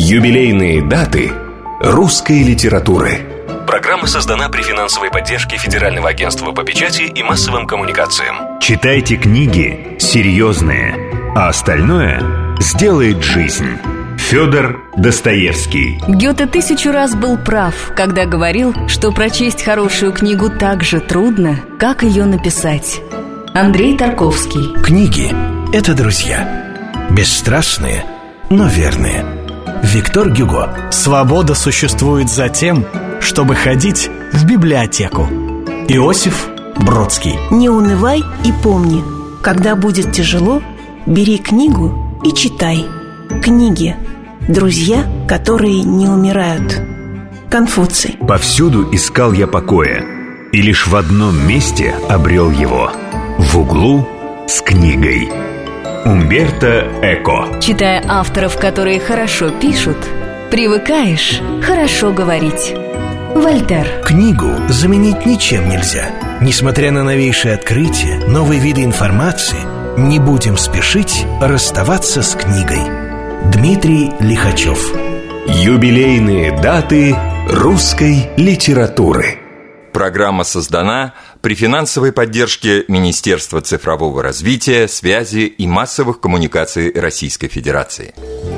Юбилейные даты русской литературы. Программа создана при финансовой поддержке Федерального агентства по печати и массовым коммуникациям. Читайте книги серьезные, а остальное сделает жизнь. Фёдор Достоевский. Гёте 1000 раз был прав, когда говорил, что прочесть хорошую книгу так же трудно, как ее написать. Андрей Тарковский. Книги – это друзья. Бесстрастные, но верные. Виктор Гюго. Свобода существует за тем, чтобы ходить в библиотеку. Иосиф Бродский. Не унывай и помни, когда будет тяжело, бери книгу и читай. Книги – друзья, которые не умирают. Конфуций. Повсюду искал я покоя, и лишь в одном месте обрел его – в углу с книгой. Умберто Эко. Читая авторов, которые хорошо пишут, привыкаешь хорошо говорить. Вольтер. Книгу заменить ничем нельзя. Несмотря на новейшие открытия, новые виды информации, не будем спешить расставаться с книгой. Дмитрий Лихачев. Юбилейные даты русской литературы. Программа создана при финансовой поддержке Министерства цифрового развития, связи и массовых коммуникаций Российской Федерации.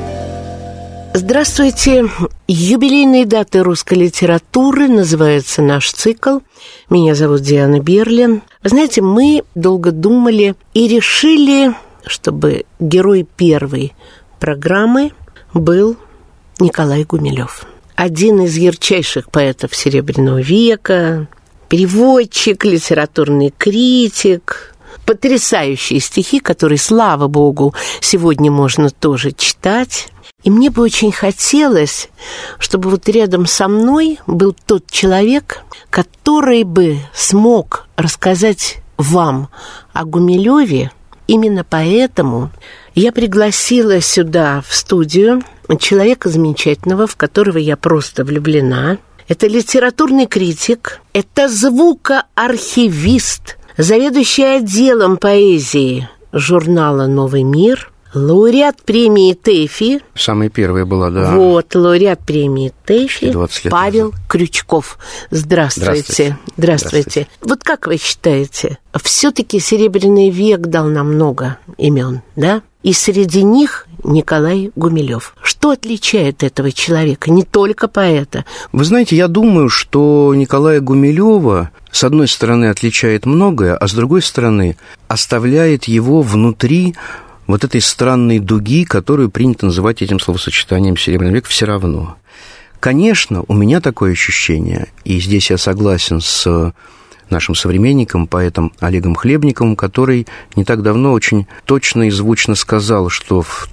Здравствуйте! Юбилейные даты русской литературы, называется наш цикл. Меня зовут Диана Берлин. Вы знаете, мы долго думали и решили, чтобы герой первой программы был Николай Гумилев. Один из ярчайших поэтов Серебряного века, переводчик, литературный критик, потрясающие стихи, которые, слава богу, сегодня можно тоже читать. И мне бы очень хотелось, чтобы вот рядом со мной был тот человек, который бы смог рассказать вам о Гумилеве. Именно поэтому я пригласила сюда, в студию, человека замечательного, в которого я просто влюблена. Это литературный критик, это звукоархивист, заведующий отделом поэзии журнала «Новый мир», лауреат премии ТЭФИ. Самая первая была, да. Вот, лауреат премии ТЭФИ Павел Крючков. Здравствуйте. Здравствуйте. Вот как вы считаете, все-таки Серебряный век дал нам много имен, да? И среди них Николай Гумилев. Что отличает этого человека, не только поэта? Вы знаете, я думаю, что Николая Гумилева, с одной стороны, отличает многое, а с другой стороны, оставляет его внутри вот этой странной дуги, которую принято называть этим словосочетанием «Серебряный век» все равно. Конечно, у меня такое ощущение, и здесь я согласен с нашим современником, поэтом Олегом Хлебниковым, который не так давно очень точно и звучно сказал, что в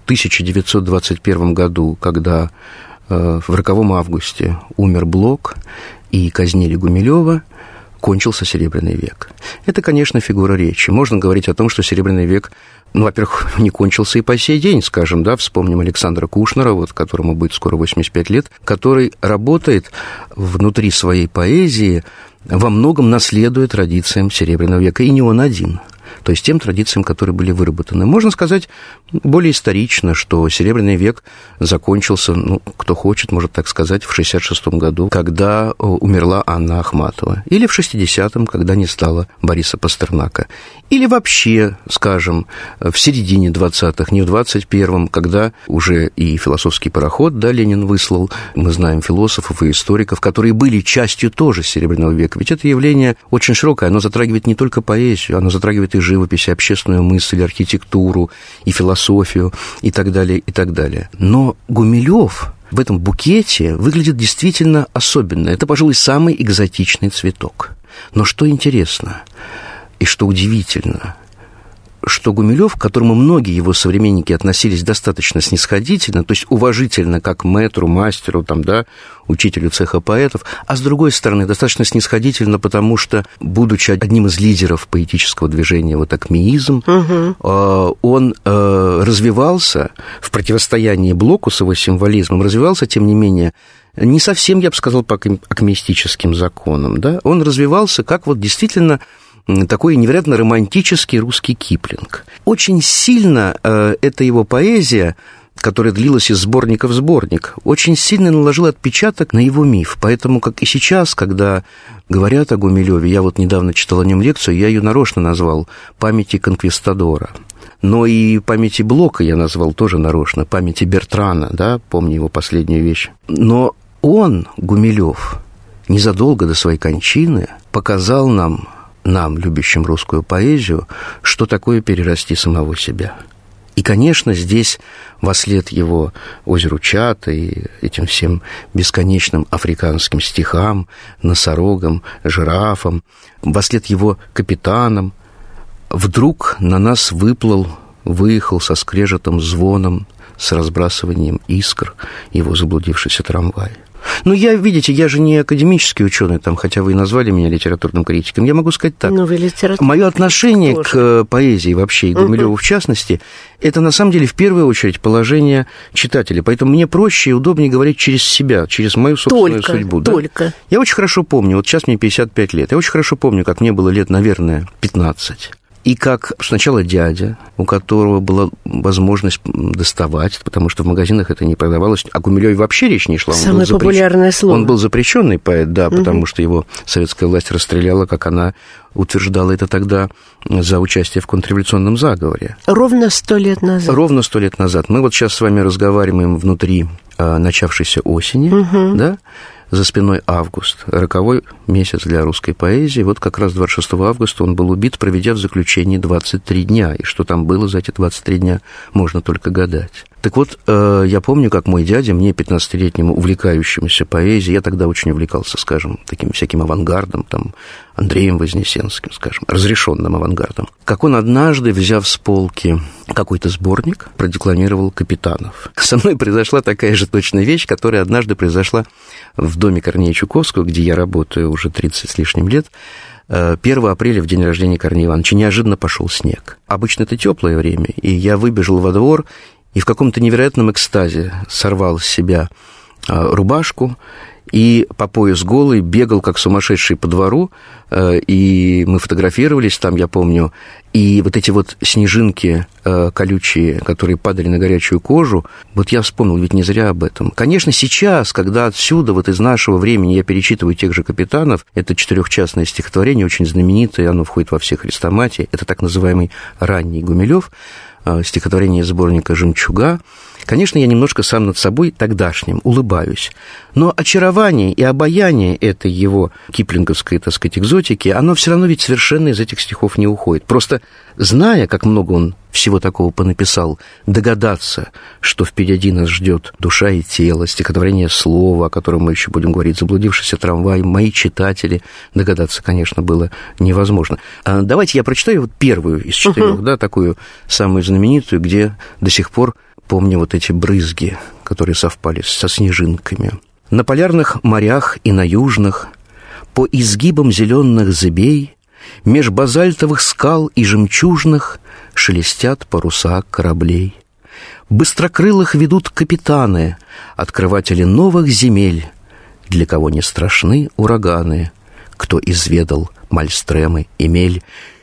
1921 году, когда в роковом августе умер Блок и казнили Гумилева, кончился Серебряный век. Это, конечно, фигура речи. Можно говорить о том, что Серебряный век, во-первых, не кончился и по сей день, скажем, да, вспомним Александра Кушнера, вот, которому будет скоро 85 лет, который работает внутри своей поэзии, во многом наследуя традициям Серебряного века, и не он один, то есть тем традициям, которые были выработаны. Можно сказать более исторично, что Серебряный век закончился, кто хочет, может так сказать, в 1966 году, когда умерла Анна Ахматова, или в 1960-м, когда не стало Бориса Пастернака, или вообще, скажем, в середине 20-х, не в 21-м, когда уже и философский пароход, да, Ленин выслал, мы знаем философов и историков, которые были частью тоже Серебряного века, ведь это явление очень широкое, оно затрагивает не только поэзию, оно затрагивает и живопись, и общественную мысль, и архитектуру, и философию, и так далее, и так далее. Но Гумилев в этом букете выглядит действительно особенно. Это, пожалуй, самый экзотичный цветок. Но что интересно и что удивительно, что Гумилев, к которому многие его современники относились достаточно снисходительно, то есть уважительно как к мэтру, мастеру, там, да, учителю цеха поэтов, а с другой стороны, достаточно снисходительно, потому что, будучи одним из лидеров поэтического движения, вот акмеизм, он развивался в противостоянии Блоку с его символизмом, развивался, тем не менее, не совсем, я бы сказал, по акмеистическим законам, да, он развивался как вот действительно такой невероятно романтический русский Киплинг. Очень сильно эта его поэзия которая длилась из сборника в сборник, очень сильно наложила отпечаток на его миф. Поэтому, как и сейчас, когда говорят о Гумилеве, я вот недавно читал о нем лекцию, я ее нарочно назвал «Памяти конквистадора». Но и памяти Блока я назвал тоже нарочно, памяти Бертрана, да, помню его последнюю вещь. Но он, Гумилев, незадолго до своей кончины показал нам, любящим русскую поэзию, что такое перерасти самого себя. И, конечно, здесь вослед его «Озеру Чата» и этим всем бесконечным африканским стихам, носорогам, жирафам, вослед его капитанам, вдруг на нас выехал со скрежетом, звоном, с разбрасыванием искр его заблудившийся трамвай. Ну, видите, я же не академический ученый, там, хотя вы и назвали меня литературным критиком. Я могу сказать так. Мое отношение к поэзии вообще, и Гумилеву в частности, это на самом деле в первую очередь положение читателя. Поэтому мне проще и удобнее говорить через себя, через мою собственную судьбу. Только. Я очень хорошо помню, вот сейчас мне 55 лет, я очень хорошо помню, как мне было лет, наверное, 15. И как сначала дядя, у которого была возможность доставать, потому что в магазинах это не продавалось, о Гумилеве вообще речь не шла. Самое популярное слово. Он был запрещенный поэт, да, потому что его советская власть расстреляла, как она утверждала это тогда, за участие в контрреволюционном заговоре. Ровно 100 лет назад. Ровно 100 лет назад. Мы вот сейчас с вами разговариваем внутри начавшейся осени, да? За спиной август, роковой месяц для русской поэзии. Вот как раз 26 августа он был убит, проведя в заключении 23 дня. И что там было за эти 23 дня, можно только гадать. Так вот, я помню, как мой дядя, мне, 15-летнему, увлекающемуся поэзией, я тогда очень увлекался, скажем, таким всяким авангардом, там, Андреем Вознесенским, скажем, разрешенным авангардом, как он однажды, взяв с полки какой-то сборник, продекламировал Капитанов. Со мной произошла такая же точная вещь, которая однажды произошла в доме Корнея Чуковского, где я работаю уже 30 с лишним лет. 1 апреля, в день рождения Корнея Ивановича, неожиданно пошел снег. Обычно это теплое время, и я выбежал во двор и в каком-то невероятном экстазе сорвал с себя рубашку и по пояс голый бегал, как сумасшедший, по двору, и мы фотографировались там, я помню, и вот эти вот снежинки колючие, которые падали на горячую кожу, вот я вспомнил, ведь не зря об этом. Конечно, сейчас, когда отсюда, вот из нашего времени, я перечитываю тех же Капитанов, это 4-частное стихотворение, очень знаменитое, оно входит во все хрестоматии, это так называемый ранний Гумилев, стихотворение из сборника «Жемчуга». Конечно, я немножко сам над собой тогдашним улыбаюсь, но очарование и обаяние этой его киплинговской, так сказать, экзотики, оно все равно ведь совершенно из этих стихов не уходит. Просто зная, как много он всего такого понаписал, догадаться, что впереди нас ждет душа и тело, стихотворение «Слово», о котором мы еще будем говорить, «Заблудившийся трамвай», «Мои читатели», догадаться, конечно, было невозможно. Давайте я прочитаю вот первую из 4, да, такую самую знаменитую, где до сих пор помню вот эти брызги, которые совпали со снежинками. На полярных морях и на южных, по изгибам зеленых зыбей, меж базальтовых скал и жемчужных шелестят паруса кораблей. Быстрокрылых ведут капитаны, открыватели новых земель, для кого не страшны ураганы, кто изведал Мальстремы и Мель,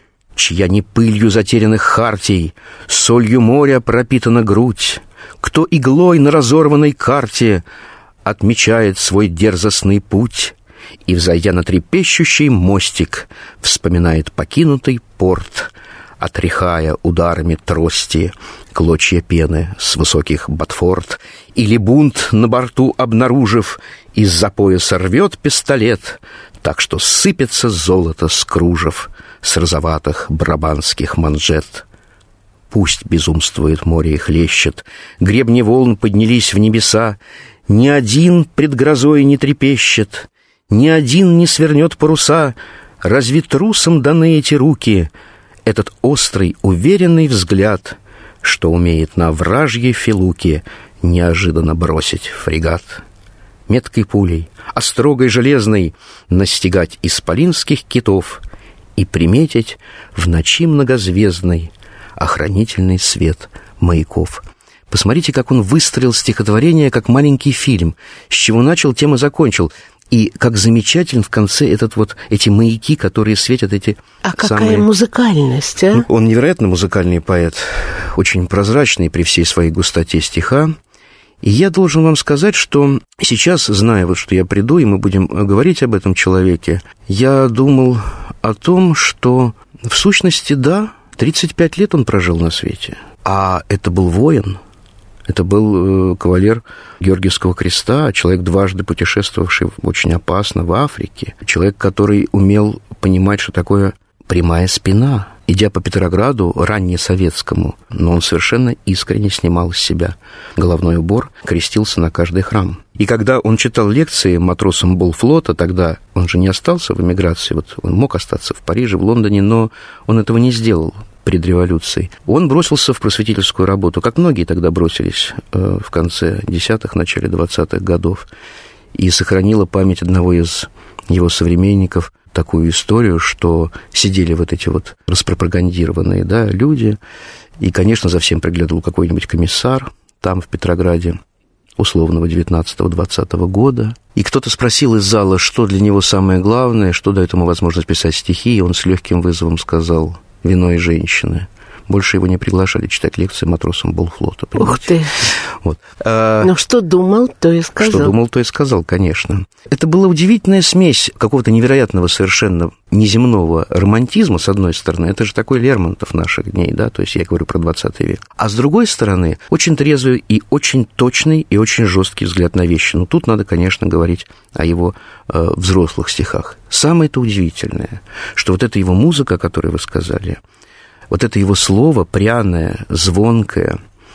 чья не пылью затерянных хартий, солью моря пропитана грудь, кто иглой на разорванной карте отмечает свой дерзостный путь и, взойдя на трепещущий мостик, вспоминает покинутый порт, отряхая ударами трости клочья пены с высоких ботфорд, или бунт на борту обнаружив, из-за пояса рвет пистолет, так что сыпется золото с кружев, с розоватых брабанских манжет. Пусть безумствует море и хлещет, гребни волн поднялись в небеса, ни один пред грозой не трепещет, ни один не свернет паруса. Разве трусам даны эти руки, этот острый, уверенный взгляд, что умеет на вражьей филуке неожиданно бросить фрегат? Меткой пулей, острогой железной настигать исполинских китов и приметить в ночи многозвездной охранительный свет маяков. Посмотрите, как он выстроил стихотворение, как маленький фильм. С чего начал, тем и закончил. И как замечателен в конце эти маяки, которые светят эти какая музыкальность, а? Он невероятно музыкальный поэт, очень прозрачный при всей своей густоте стиха. И я должен вам сказать, что сейчас, зная, что я приду, и мы будем говорить об этом человеке, я думал о том, что в сущности, да, 35 лет он прожил на свете, а это был воин. Это был кавалер Георгиевского креста, человек, дважды путешествовавший очень опасно в Африке, человек, который умел понимать, что такое прямая спина. Идя по Петрограду, раннесоветскому, но он совершенно искренне снимал с себя головной убор, крестился на каждый храм. И когда он читал лекции матросам Болфлота, тогда он же не остался в эмиграции, он мог остаться в Париже, в Лондоне, но он этого не сделал пред революцией. Он бросился в просветительскую работу, как многие тогда бросились в конце 10-х, начале 20-х годов. И сохранила память одного из его современников такую историю, что сидели эти распропагандированные люди, и, конечно, за всем приглядывал какой-нибудь комиссар там, в Петрограде, условного 19-20 года. И кто-то спросил из зала, что для него самое главное, что дает ему возможность писать стихи, и он с легким вызовом сказал: «Вино и женщины». Больше его не приглашали читать лекции матросам Болфлота. Ух ты! Ну, что думал, то и сказал. Что думал, то и сказал, конечно. Это была удивительная смесь какого-то невероятного, совершенно неземного романтизма, с одной стороны. Это же такой Лермонтов наших дней, да, то есть я говорю про 20 век. А с другой стороны, очень трезвый и очень точный и очень жесткий взгляд на вещи. Но тут надо, конечно, говорить о его взрослых стихах. Самое-то удивительное, что эта его музыка, о которой вы сказали, это его слово пряное, звонкое,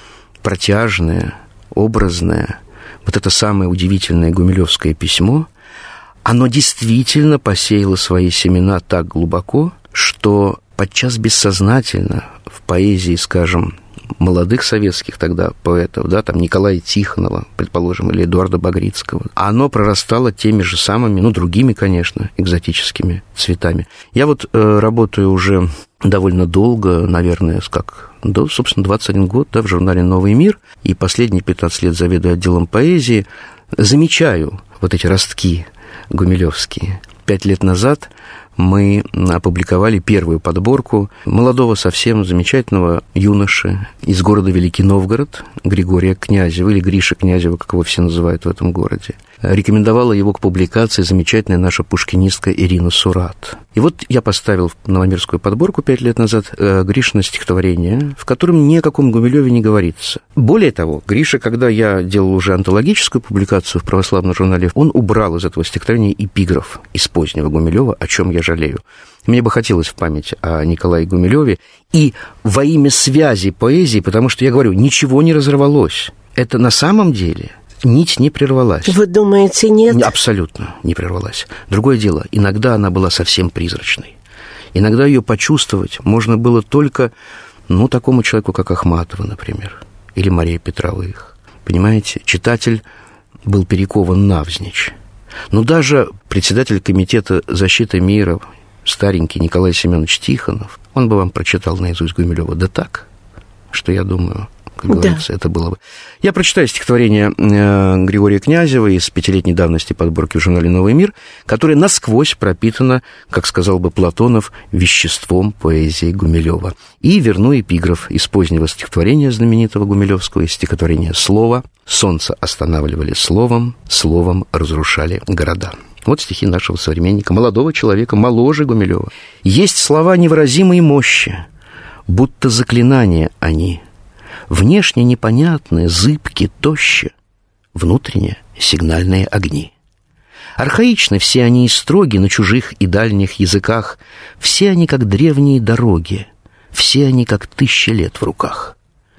протяжное, образное, это самое удивительное гумилевское письмо, оно действительно посеяло свои семена так глубоко, что подчас бессознательно в поэзии, скажем, молодых советских тогда поэтов, да, там Николая Тихонова, предположим, или Эдуарда Багрицкого, оно прорастало теми же самыми, другими, конечно, экзотическими цветами. Я работаю уже довольно долго, наверное, собственно, 21 год, да, в журнале «Новый мир», и последние 15 лет заведую отделом поэзии, замечаю эти ростки гумилевские. 5 лет назад мы опубликовали первую подборку молодого, совсем замечательного юноши из города Великий Новгород, Григория Князева, или Гриша Князева, как его все называют в этом городе. Рекомендовала его к публикации замечательная наша пушкинистка Ирина Сурат. И я поставил в новомирскую подборку 5 лет назад Гришино стихотворение, в котором ни о каком Гумилеве не говорится. Более того, Гриша, когда я делал уже антологическую публикацию в православном журнале, он убрал из этого стихотворения эпиграф из позднего Гумилева, о чем я жалею. Мне бы хотелось в память о Николае Гумилеве и во имя связи поэзии, потому что, я говорю, ничего не разорвалось. Это на самом деле нить не прервалась. Вы думаете, нет? Абсолютно не прервалась. Другое дело, иногда она была совсем призрачной. Иногда ее почувствовать можно было только, такому человеку, как Ахматова, например, или Мария Петровых. Понимаете, читатель был перекован навзничь. Даже председатель комитета защиты мира, старенький Николай Семенович Тихонов, он бы вам прочитал наизусть Гумилева, да так, что я думаю, как говорится, это было бы. Я прочитаю стихотворение Григория Князева из 5-летней давности подборки в журнале «Новый мир», которое насквозь пропитано, как сказал бы Платонов, веществом поэзии Гумилева. И верну эпиграф из позднего стихотворения знаменитого гумилевского, из стихотворения «Слово». «Солнце останавливали словом, словом разрушали города». Вот стихи нашего современника, молодого человека, моложе Гумилева. «Есть слова невыразимой мощи, будто заклинания они, внешне непонятные, зыбки, тощи, внутренне сигнальные огни. Архаичны все они и строги на чужих и дальних языках, все они как древние дороги, все они как 1000 лет в руках.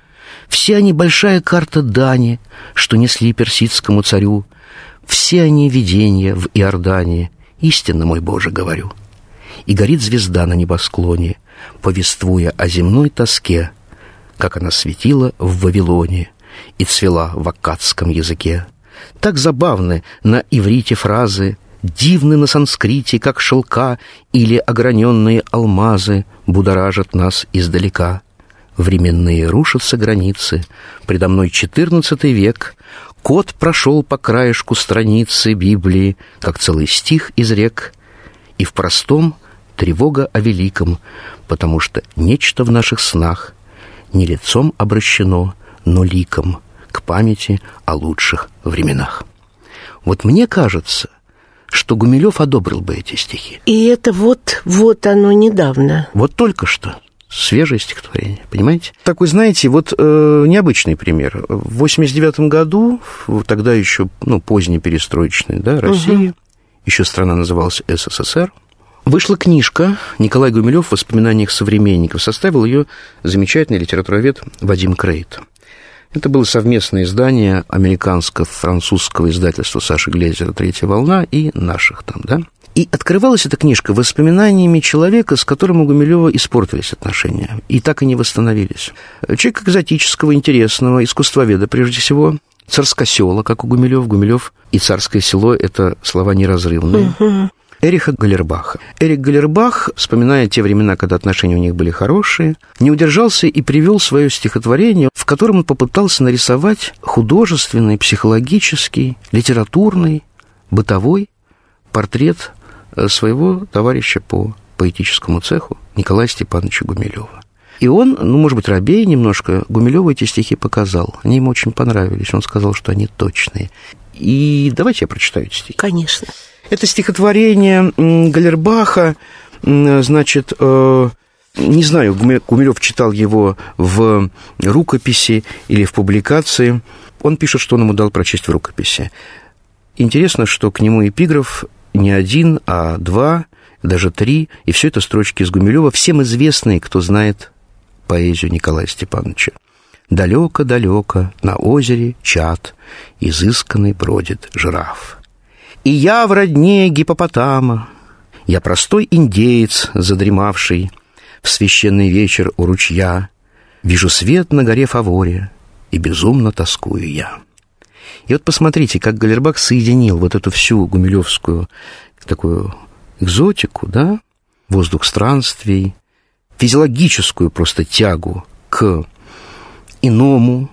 Все они большая карта дани, что несли персидскому царю, все они видения в Иордании, истинно, мой Боже, говорю. И горит звезда на небосклоне, повествуя о земной тоске, как она светила в Вавилоне и цвела в аккадском языке. Так забавны на иврите фразы, дивны на санскрите, как шелка или ограненные алмазы будоражат нас издалека. Временные рушатся границы, предо мной 14 век, Кот прошел по краешку страницы Библии, как целый стих изрек, и в простом тревога о великом, потому что нечто в наших снах не лицом обращено, но ликом к памяти о лучших временах. Вот мне кажется, что Гумилев одобрил бы эти стихи. И это вот оно недавно. Вот только что. Свежее стихотворение, понимаете? Такой, знаете, вот необычный пример. В 89 году, тогда еще поздней перестроечной, да, России, еще страна называлась СССР, вышла книжка Николай Гумилев в воспоминаниях современников. Составил ее замечательный литературовед Вадим Крейт. Это было совместное издание американско-французского издательства Саши Глейзера «Третья волна» и наших там, да. И открывалась эта книжка воспоминаниями человека, с которым у Гумилева испортились отношения, и так и не восстановились. Человек экзотического, интересного, искусствоведа, прежде всего, царскосела, как у Гумилев и царское село – это слова неразрывные. Эриха Галлербаха. Эрих Галлербах, вспоминая те времена, когда отношения у них были хорошие, не удержался и привел свое стихотворение, в котором он попытался нарисовать художественный, психологический, литературный, бытовой портрет своего товарища по поэтическому цеху Николая Степановича Гумилева. И он, может быть, робея немножко, Гумилеву эти стихи показал. Они ему очень понравились. Он сказал, что они точные. И давайте я прочитаю эти стихи. Конечно. Это стихотворение Галлербаха, значит, не знаю, Гумилев читал его в рукописи или в публикации. Он пишет, что он ему дал прочесть в рукописи. Интересно, что к нему эпиграф не один, а два, даже три, и все это строчки из Гумилева, всем известные, кто знает поэзию Николая Степановича. «Далеко-далеко на озере Чад изысканный бродит жираф. И я в родне гиппопотама, я простой индеец, задремавший в священный вечер у ручья, вижу свет на горе Фаворе, и безумно тоскую я». И вот посмотрите, как Галлербах соединил вот эту всю гумилевскую такую экзотику, да, воздух странствий, физиологическую просто тягу к иному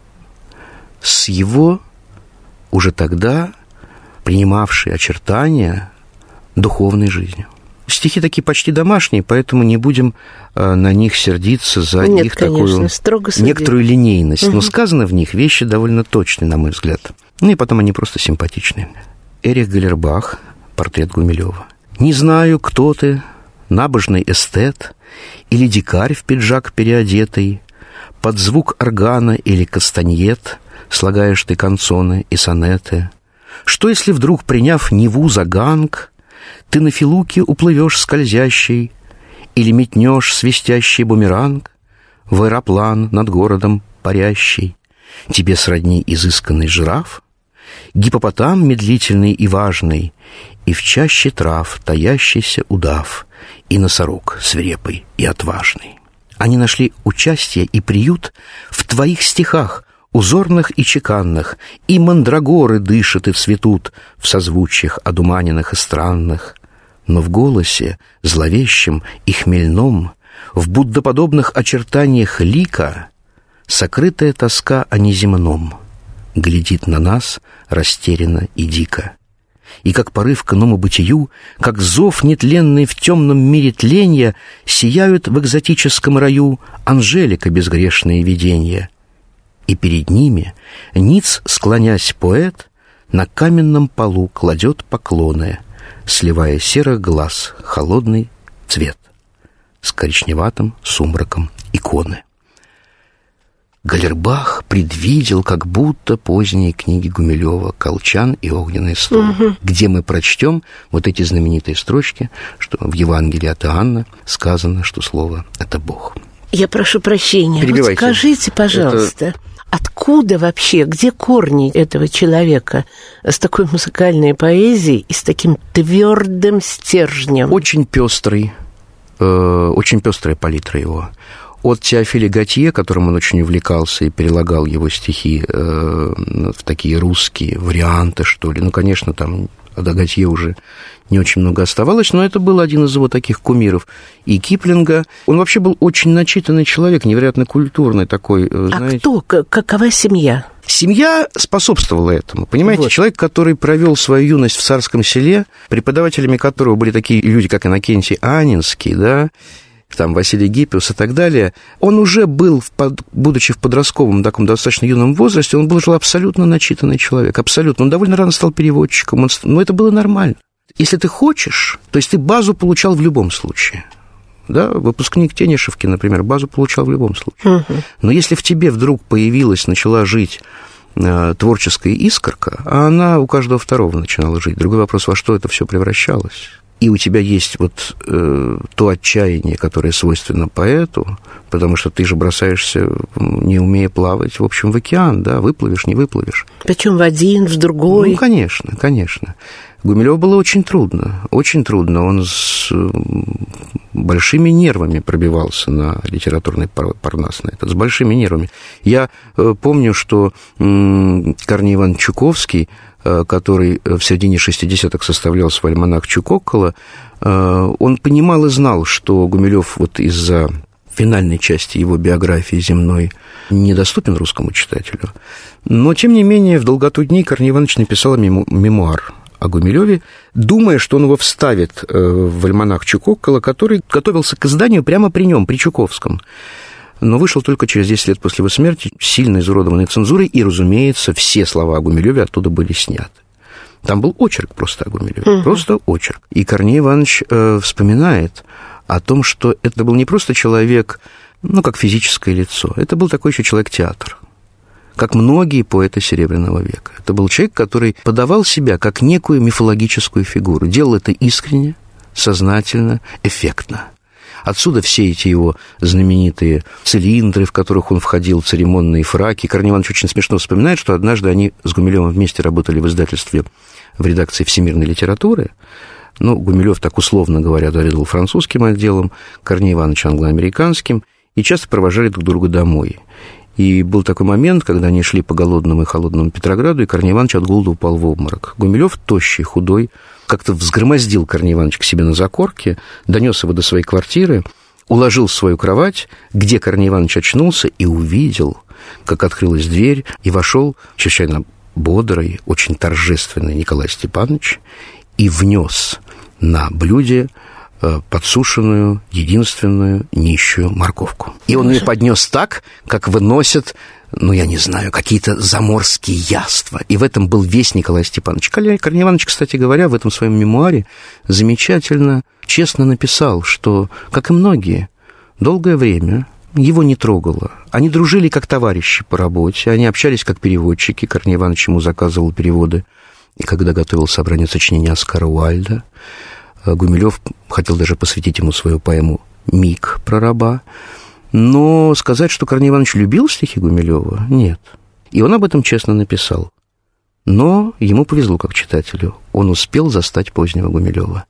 с его уже тогда принимавшей очертания духовной жизнью. Стихи такие почти домашние, поэтому не будем на них сердиться за их такую некоторую линейность. Но сказано в них вещи довольно точные, на мой взгляд. И потом они просто симпатичные. Эрих Галлербах, портрет Гумилева. «Не знаю, кто ты, набожный эстет или дикарь в пиджак переодетый, под звук органа или кастаньет слагаешь ты канцоны и сонеты. Что, если вдруг, приняв Неву за ганг, ты на филуке уплывешь скользящий или метнешь свистящий бумеранг в аэроплан над городом парящий? Тебе сродни изысканный жираф, гиппопотам медлительный и важный, и в чаще трав таящийся удав, и носорог свирепый и отважный. Они нашли участие и приют в твоих стихах, узорных и чеканных, и мандрагоры дышат и цветут в созвучиях одуманенных и странных. Но в голосе, зловещем и хмельном, в буддоподобных очертаниях лика, сокрытая тоска о неземном глядит на нас растерянно и дико. И как порыв к иному бытию, как зов нетленный в темном мире тленья, сияют в экзотическом раю анжелика безгрешные видения. И перед ними, ниц склонясь поэт, на каменном полу кладет поклоны, сливая серых глаз холодный цвет с коричневатым сумраком иконы. Галлербах предвидел как будто поздние книги Гумилева «Колчан и огненный стол», где мы прочтем вот эти знаменитые строчки, что в Евангелии от Иоанна сказано, что слово – это Бог. Я прошу прощения. Вот скажите, пожалуйста, откуда вообще, где корни этого человека с такой музыкальной поэзией и с таким твердым стержнем? Очень пестрая палитра его. От Теофиля Готье, которым он очень увлекался и перелагал его стихи в такие русские варианты, что ли. Ну, конечно, там От Агатье уже не очень много оставалось, но это был один из его таких кумиров. И Киплинга. Он вообще был очень начитанный человек, невероятно культурный такой, знаете. А кто? Какова семья? Семья способствовала этому. Понимаете, вот. Человек, который провел свою юность в Царском Селе, преподавателями которого были такие люди, как Иннокентий Анинский, да, там Василий Гиппиус и так далее, он уже был, будучи в подростковом, таком достаточно юном возрасте, он был уже абсолютно начитанный человек, абсолютно. Он довольно рано стал переводчиком, но это было нормально. Если ты хочешь, то есть ты базу получал в любом случае. Да, выпускник Тенишевки, например, базу получал в любом случае. Но если в тебе вдруг появилась, начала жить творческая искорка, а она у каждого второго начинала жить, другой вопрос, во что это все превращалось. И у тебя есть вот то отчаяние, которое свойственно поэту, потому что ты же бросаешься, не умея плавать, в общем, в океан, да, выплывешь, не выплывешь. Причем в один, в другой. Ну, конечно, конечно. Гумилёву было очень трудно, очень трудно. Он с большими нервами пробивался на литературный парнас, на этот, с большими нервами. Я помню, что Корней Иванович Чуковский, который в середине 60-х составлял свой альманах Чукокола, он понимал и знал, что Гумилёв вот из-за финальной части его биографии земной недоступен русскому читателю. Но, тем не менее, в долготу дней Корней Иванович написал мемуар о Гумилёве, думая, что он его вставит в альманах Чукокола, который готовился к изданию прямо при нем, при Чуковском. Но вышел только через 10 лет после его смерти, сильно изуродованной цензурой, и, разумеется, все слова о Гумилёве оттуда были сняты. Там был очерк просто о Гумилёве, просто очерк. И Корней Иванович вспоминает о том, что это был не просто человек, ну, как физическое лицо, это был такой еще человек-театр, как многие поэты Серебряного века. Это был человек, который подавал себя как некую мифологическую фигуру, делал это искренне, сознательно, эффектно. Отсюда все эти его знаменитые цилиндры, в которых он входил, церемонные фраки. Корней Иванович очень смешно вспоминает, что однажды они с Гумилёвым вместе работали в издательстве, в редакции всемирной литературы. Ну, Гумилёв, так условно говоря, заведовал французским отделом, Корней Иванович англо-американским, и часто провожали друг друга домой. И был такой момент, когда они шли по голодному и холодному Петрограду, и Корней Иванович от голода упал в обморок. Гумилёв, тощий, худой, как-то взгромоздил Корнея Ивановича к себе на закорке, донес его до своей квартиры, уложил в свою кровать, где Корней Иванович очнулся и увидел, как открылась дверь, и вошел чрезвычайно бодрый, очень торжественный Николай Степанович и внес на блюде подсушенную, единственную нищую морковку. И он ее поднес так, как выносят, ну, я не знаю, какие-то заморские яства. И в этом был весь Николай Степанович. Корней Иванович, кстати говоря, в этом своем мемуаре замечательно, честно написал, что, как и многие, долгое время его не трогало. Они дружили как товарищи по работе, они общались как переводчики. Корней Иванович ему заказывал переводы. И когда готовил собрание сочинений Оскара Уайльда, Гумилёв хотел даже посвятить ему свою поэму «Миг про раба». Но сказать, что Корней Иванович любил стихи Гумилёва, нет. И он об этом честно написал. Но ему повезло как читателю. Он успел застать позднего Гумилёва.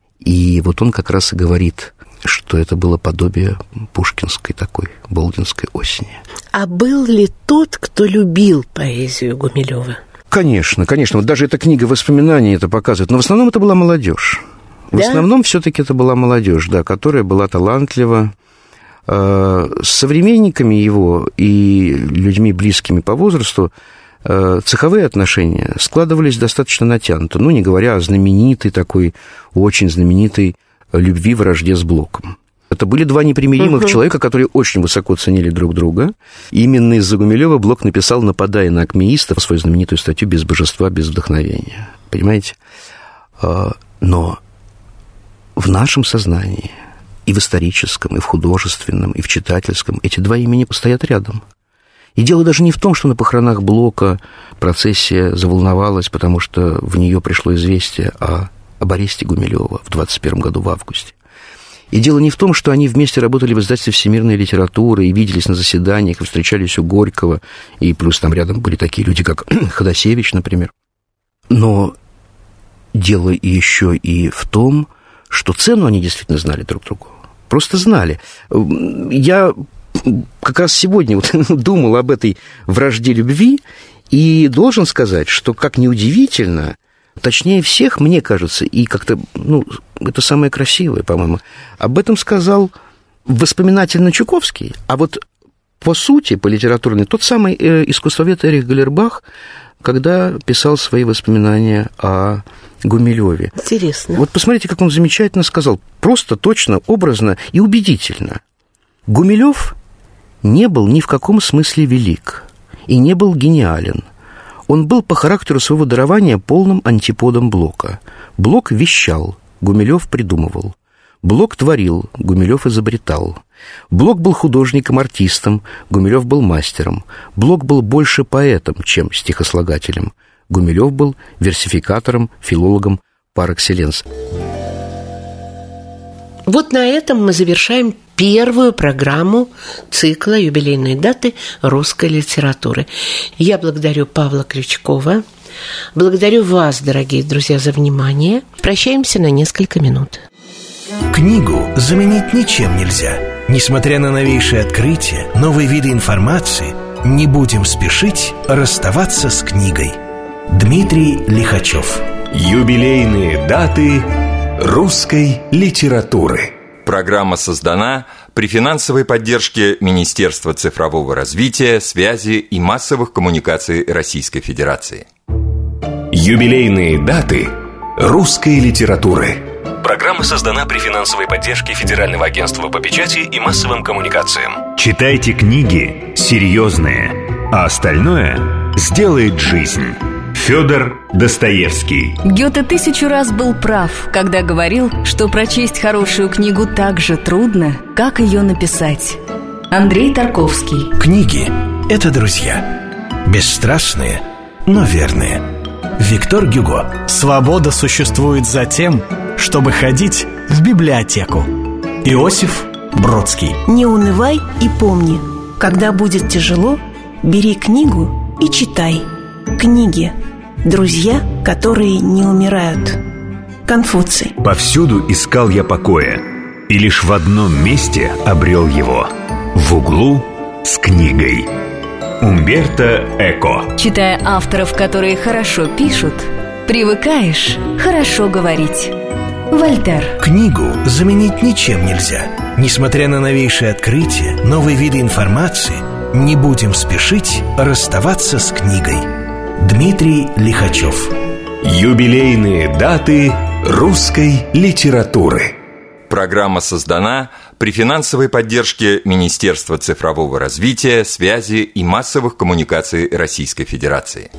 И вот он как раз и говорит, что это было подобие пушкинской такой, болдинской осени. А был ли тот, кто любил поэзию Гумилёва? Конечно, конечно. Вот даже эта книга воспоминаний это показывает. Но в основном это была молодежь. В основном все-таки это была молодежь, да, которая была талантлива. С современниками его и людьми, близкими по возрасту, цеховые отношения складывались достаточно натянуто, ну, не говоря о знаменитой такой, очень знаменитой любви, вражде с Блоком. Это были два непримиримых человека, которые очень высоко ценили друг друга. И именно из-за Гумилёва Блок написал, нападая на акмеистов, свою знаменитую статью «Без божества, без вдохновения». Понимаете? Но в нашем сознании, и в историческом, и в художественном, и в читательском, эти два имени стоят рядом. И дело даже не в том, что на похоронах Блока процессия заволновалась, потому что в нее пришло известие об аресте Гумилёва в 21 году в августе. И дело не в том, что они вместе работали в издательстве всемирной литературы и виделись на заседаниях, и встречались у Горького, и плюс там рядом были такие люди, как Ходосевич, например. Но дело еще и в том, что цену они действительно знали друг другу. Просто знали. Я как раз сегодня вот думал об этой вражде любви, и должен сказать, что, как ни удивительно, точнее всех, мне кажется, и как-то, это самое красивое, по-моему, об этом сказал воспоминательно Чуковский, а вот по сути, по литературной, тот самый искусствовед Эрих Галлербах, когда писал свои воспоминания о Гумилеве. Интересно. Вот посмотрите, как он замечательно сказал, просто, точно, образно и убедительно. Гумилев не был ни в каком смысле велик и не был гениален. Он был по характеру своего дарования полным антиподом Блока. Блок вещал, Гумилев придумывал. Блок творил, Гумилев изобретал. Блок был художником-артистом, Гумилев был мастером. Блок был больше поэтом, чем стихослагателем. Гумилев был версификатором, филологом par excellence. Вот на этом мы завершаем первую программу цикла «Юбилейные даты русской литературы». Я благодарю Павла Крючкова. Благодарю вас, дорогие друзья, за внимание. Прощаемся на несколько минут. Книгу заменить ничем нельзя. Несмотря на новейшие открытия, новые виды информации, не будем спешить расставаться с книгой. Дмитрий Лихачев. Юбилейные даты русской литературы. Программа создана при финансовой поддержке Министерства цифрового развития, связи и массовых коммуникаций Российской Федерации. Юбилейные даты русской литературы. Программа создана при финансовой поддержке Федерального агентства по печати и массовым коммуникациям. Читайте книги серьезные, а остальное сделает жизнь. Федор Достоевский. Гёте 1000 раз был прав, когда говорил, что прочесть хорошую книгу так же трудно, как ее написать. Андрей Тарковский. Книги – это друзья. Бесстрастные, но верные. Виктор Гюго. Свобода существует за тем, чтобы ходить в библиотеку. Иосиф Бродский. Не унывай и помни, когда будет тяжело, бери книгу и читай. Книги – друзья, которые не умирают. Конфуций. Повсюду искал я покоя, и лишь в одном месте обрел его – в углу с книгой. Умберто Эко. Читая авторов, которые хорошо пишут, привыкаешь хорошо говорить. Вольтер. Книгу заменить ничем нельзя. Несмотря на новейшие открытия, новые виды информации, не будем спешить расставаться с книгой. Дмитрий Лихачев. Юбилейные даты русской литературы. Программа создана при финансовой поддержке Министерства цифрового развития, связи и массовых коммуникаций Российской Федерации.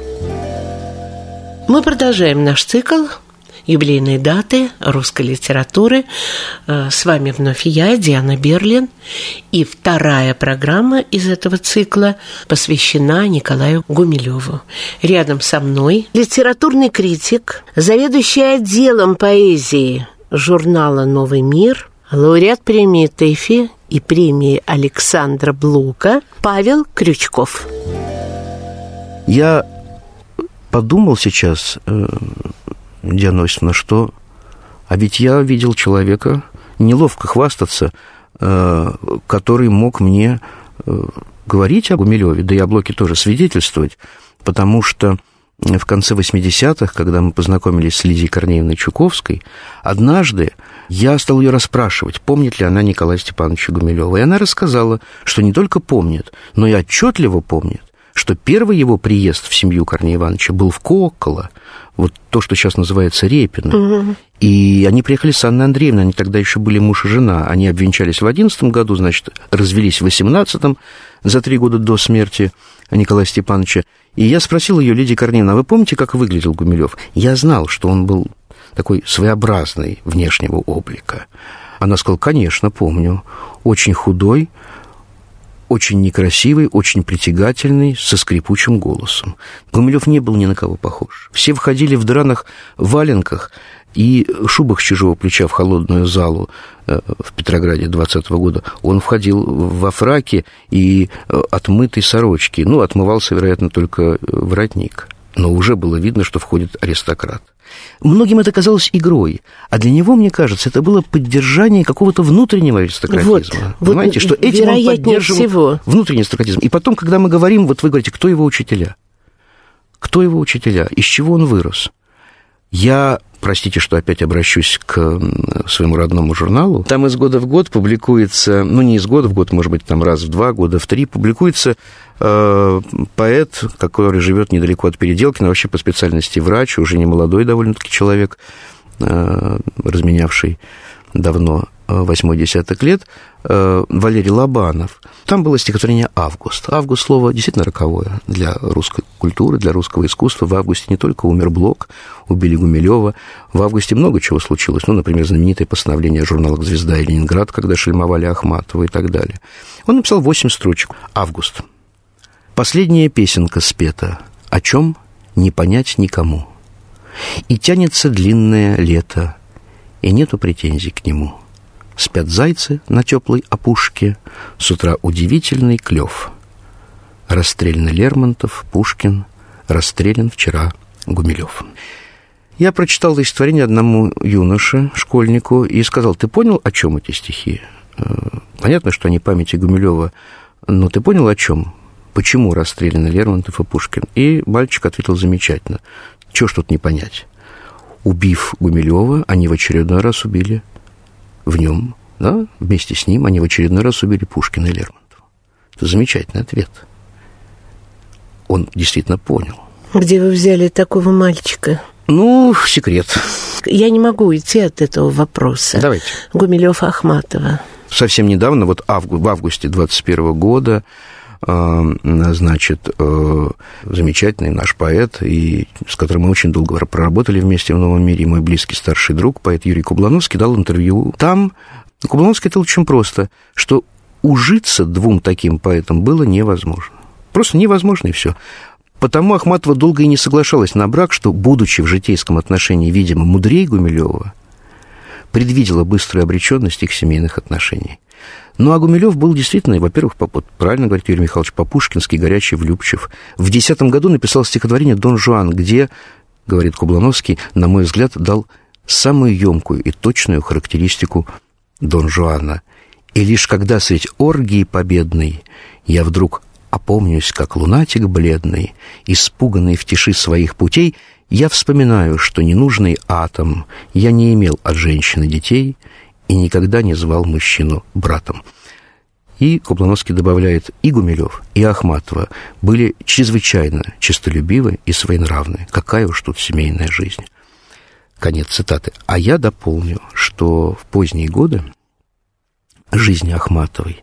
Мы продолжаем наш цикл «Юбилейные даты русской литературы». С вами вновь я, Диана Берлин. И вторая программа из этого цикла посвящена Николаю Гумилеву. Рядом со мной литературный критик, заведующий отделом поэзии журнала «Новый мир», лауреат премии ТЭФИ и премии Александра Блока Павел Крючков. Я подумал сейчас, Диана Осиповна, что... А ведь я видел человека, неловко хвастаться, который мог мне говорить о Гумилеве, да и о Блоке тоже свидетельствовать, потому что в конце 80-х, когда мы познакомились с Лидией Корнеевной Чуковской, однажды я стал ее расспрашивать, помнит ли она Николая Степановича Гумилева. И она рассказала, что не только помнит, но и отчетливо помнит, что первый его приезд в семью Корнея Ивановича был в Кокколо, вот то, что сейчас называется Репино. Угу. И они приехали с Анной Андреевной, они тогда еще были муж и жена. Они обвенчались в 2011 году, значит, развелись в 2018, за 3 года до смерти Николая Степановича. И я спросил ее, Лидия Корнеевна, а вы помните, как выглядел Гумилев? Я знал, что он был такой своеобразный внешнего облика. Она сказала, конечно, помню. Очень худой, очень некрасивый, очень притягательный, со скрипучим голосом. Гумилев не был ни на кого похож. Все входили в драных валенках и шубах с чужого плеча в холодную залу в Петрограде 20-го года. Он входил во фраке и отмытой сорочке. Ну, отмывался, вероятно, только воротник. Но уже было видно, что входит аристократ. Многим это казалось игрой, а для него, мне кажется, это было поддержание какого-то внутреннего аристократизма. Понимаете, что этим он поддерживал внутренний аристократизм. И потом, когда мы говорим, вот вы говорите, кто его учителя? Кто его учителя? Из чего он вырос? Я, простите, что опять обращусь к своему родному журналу, там из года в год публикуется, ну, не из года в год, может быть, там раз в 2 года, в 3, публикуется поэт, который живет недалеко от Переделкина, вообще по специальности врач, уже не молодой довольно-таки человек, разменявший давно 8 десяток лет, Валерий Лобанов. Там было стихотворение «Август». «Август» — слово действительно роковое для русской культуры, для русского искусства. В августе не только умер Блок, убили Гумилёва. В августе много чего случилось. Ну, например, знаменитое постановление журнала «Звезда» и «Ленинград», когда шельмовали Ахматова и так далее. Он написал 8 строчек. «Август. Последняя песенка спета, о чем не понять никому. И тянется длинное лето, и нету претензий к нему. Спят зайцы на теплой опушке, с утра удивительный клев. Расстрелян Лермонтов, Пушкин, расстрелян вчера Гумилёв». Я прочитал это стихотворение одному юноше, школьнику, и сказал: ты понял, о чем эти стихи? Понятно, что они памяти Гумилёва, но ты понял, о чем? Почему расстреляны Лермонтов и Пушкин? И мальчик ответил замечательно. Чего ж тут не понять? Убив Гумилёва, они в очередной раз убили в нем, да, вместе с ним они в очередной раз убили Пушкина и Лермонтова. Это замечательный ответ. Он действительно понял. Где вы взяли такого мальчика? Ну, секрет. Я не могу уйти от этого вопроса. Давайте. Гумилёв, Ахматова. Совсем недавно, вот в августе 21 года, значит, замечательный наш поэт, и с которым мы очень долго проработали вместе в «Новом мире», мой близкий старший друг, поэт Юрий Кублановский, дал интервью. Там Кублановский это очень просто, что ужиться двум таким поэтам было невозможно. Просто невозможно, и все. Потому Ахматова долго и не соглашалась на брак, что, будучи в житейском отношении, видимо, мудрее Гумилёва, предвидела быструю обреченность их семейных отношений. Ну, а Гумилёв был действительно, во-первых, правильно говорит Юрий Михайлович, по-пушкински горячий, влюбчив. В 2010 году написал стихотворение «Дон Жуан», где, говорит Кублановский, на мой взгляд, дал самую ёмкую и точную характеристику Дон Жуана. И лишь когда средь оргии победной я вдруг опомнюсь, как лунатик бледный, испуганный в тиши своих путей, я вспоминаю, что ненужный атом я не имел от женщины детей и никогда не звал мужчину братом. И Кублановский добавляет, и Гумилёв, и Ахматова были чрезвычайно честолюбивы и своенравны. Какая уж тут семейная жизнь. Конец цитаты. А я дополню, что в поздние годы жизни Ахматовой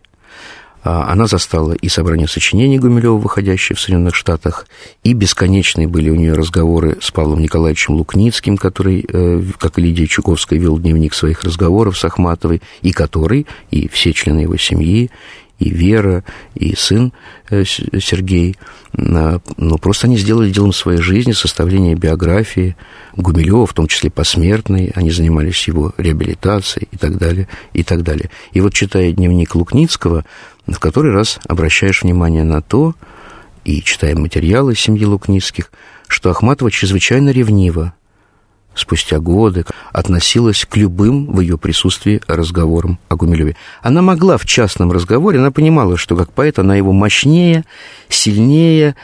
она застала и собрание сочинений Гумилёва, выходящее в Соединенных Штатах, и бесконечные были у нее разговоры с Павлом Николаевичем Лукницким, который, как и Лидия Чуковская, вел дневник своих разговоров с Ахматовой, и который, и все члены его семьи, и Вера, и сын Сергей, ну, просто они сделали делом своей жизни составление биографии Гумилёва, в том числе посмертной, они занимались его реабилитацией и так далее, и так далее. И вот, читая дневник Лукницкого, в который раз обращаешь внимание на то, и читая материалы семьи Лукницких, что Ахматова чрезвычайно ревнива, спустя годы относилась к любым в ее присутствии разговорам о Гумилёве. Она могла в частном разговоре, она понимала, что как поэт она его мощнее, сильнее,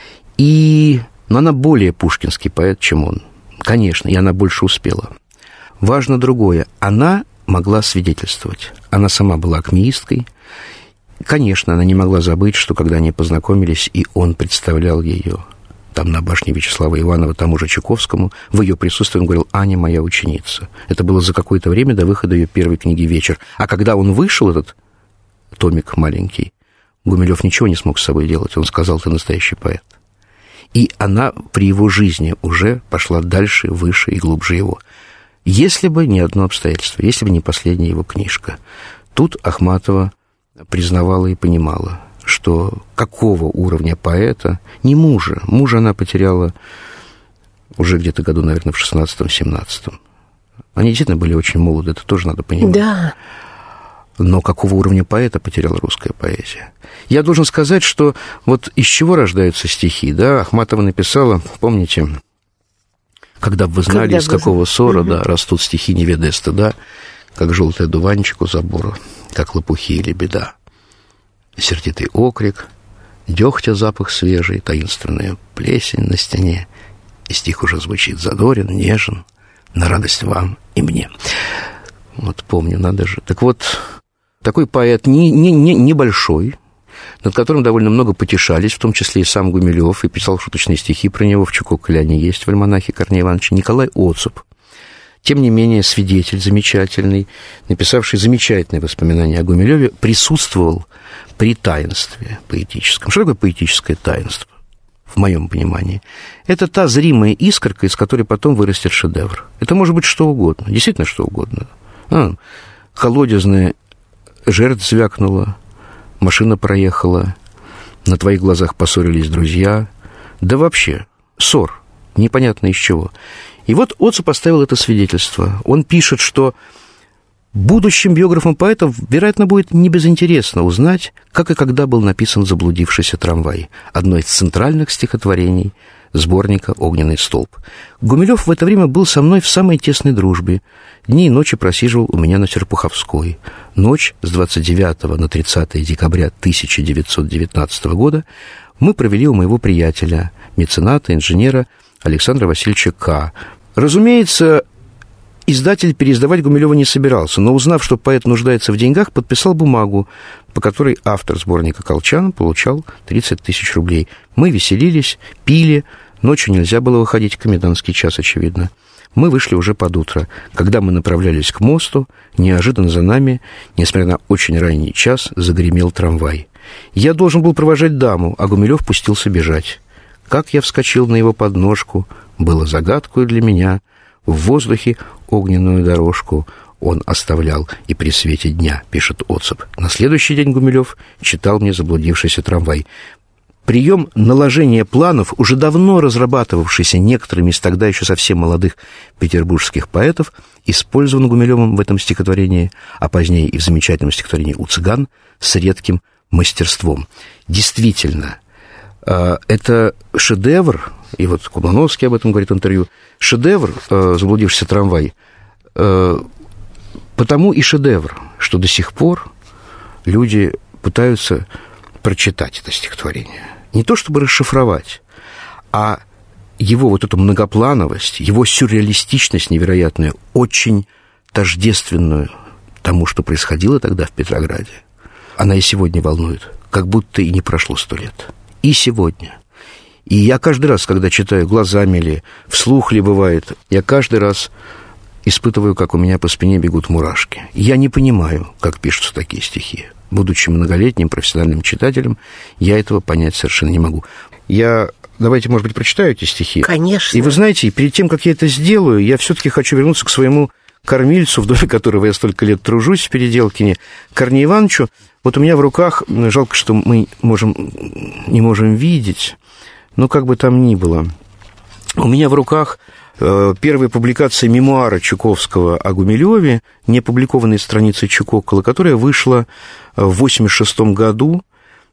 но она более пушкинский поэт, чем он. Конечно, и она больше успела. Важно другое. Она могла свидетельствовать. Она сама была акмеисткой. Конечно, она не могла забыть, что когда они познакомились, и он представлял ее там на башне Вячеслава Иванова тому же Чуковскому, в ее присутствии он говорил: «Аня моя ученица». Это было за какое-то время до выхода ее первой книги «Вечер». А когда он вышел, этот томик маленький, Гумилёв ничего не смог с собой делать. Он сказал: «Ты настоящий поэт». И она при его жизни уже пошла дальше, выше и глубже его. Если бы не одно обстоятельство, если бы не последняя его книжка. Тут Ахматова признавала и понимала, что какого уровня поэта, не мужа. Мужа она потеряла уже где-то году, наверное, в 16-17. Они действительно были очень молоды, это тоже надо понимать. Да. Но какого уровня поэта потеряла русская поэзия? Я должен сказать, что вот из чего рождаются стихи, да? Ахматова написала, помните, когда бы вы знали, из какого ссора, да, растут стихи, не ведая стыда, как желтый одуванчик у забора, как лопухи или беда. Сердитый окрик, дегтя запах свежий, таинственная плесень на стене, и стих уже звучит задорен, нежен, на радость вам и мне. Вот помню, надо же. Так вот, такой поэт небольшой, над которым довольно много потешались, в том числе и сам Гумилев, и писал шуточные стихи про него, в Чукоколе они есть, в альманахе Корнея Ивановича, Николай Оцеп. Тем не менее, свидетель замечательный, написавший замечательные воспоминания о Гумилеве, присутствовал при таинстве поэтическом. Что такое поэтическое таинство, в моем понимании? Это та зримая искорка, из которой потом вырастет шедевр. Это может быть что угодно, действительно что угодно. Колодезная жертва звякнула, машина проехала, на твоих глазах поссорились друзья. Да вообще, ссор, непонятно из чего. И вот Оцеп поставил это свидетельство. Он пишет, что будущим биографам поэтов, вероятно, будет небезынтересно узнать, как и когда был написан «Заблудившийся трамвай», одно из центральных стихотворений сборника «Огненный столб». Гумилев в это время был со мной в самой тесной дружбе. Дни и ночи просиживал у меня на Серпуховской. Ночь с 29 на 30 декабря 1919 года мы провели у моего приятеля, мецената, инженера Александра Васильевича К. Разумеется, издатель переиздавать Гумилева не собирался, но, узнав, что поэт нуждается в деньгах, подписал бумагу, по которой автор сборника «Колчан» получал 30 тысяч рублей. Мы веселились, пили, ночью нельзя было выходить, комендантский час, очевидно. Мы вышли уже под утро. Когда мы направлялись к мосту, неожиданно за нами, несмотря на очень ранний час, загремел трамвай. Я должен был провожать даму, а Гумилев пустился бежать. Как я вскочил на его подножку, было загадкой для меня. В воздухе огненную дорожку он оставлял и при свете дня, пишет Оцеп. На следующий день Гумилев читал мне «Заблудившийся трамвай». Прием наложения планов, уже давно разрабатывавшийся некоторыми из тогда еще совсем молодых петербургских поэтов, использован Гумилевым в этом стихотворении, а позднее и в замечательном стихотворении «У цыган» с редким мастерством. Действительно, это шедевр, и вот Кублановский об этом говорит в интервью, шедевр «Заблудившийся трамвай», потому и шедевр, что до сих пор люди пытаются прочитать это стихотворение. Не то чтобы расшифровать, а его вот эту многоплановость, его сюрреалистичность невероятную, очень тождественную тому, что происходило тогда в Петрограде, она и сегодня волнует, как будто и не прошло 100 лет. И сегодня. И я каждый раз, когда читаю глазами ли, вслух ли бывает, я каждый раз испытываю, как у меня по спине бегут мурашки. Я не понимаю, как пишутся такие стихи. Будучи многолетним профессиональным читателем, я этого понять совершенно не могу. Давайте, может быть, прочитаю эти стихи? Конечно. И вы знаете, перед тем, как я это сделаю, я все-таки хочу вернуться к своему кормильцу, в доме которого я столько лет тружусь в Переделкине, Корнею Ивановичу. Вот у меня в руках, жалко, что мы не можем видеть, но как бы там ни было, у меня в руках первая публикация мемуара Чуковского о Гумилеве, неопубликованные страницы Чукокола, которая вышла в 1986 году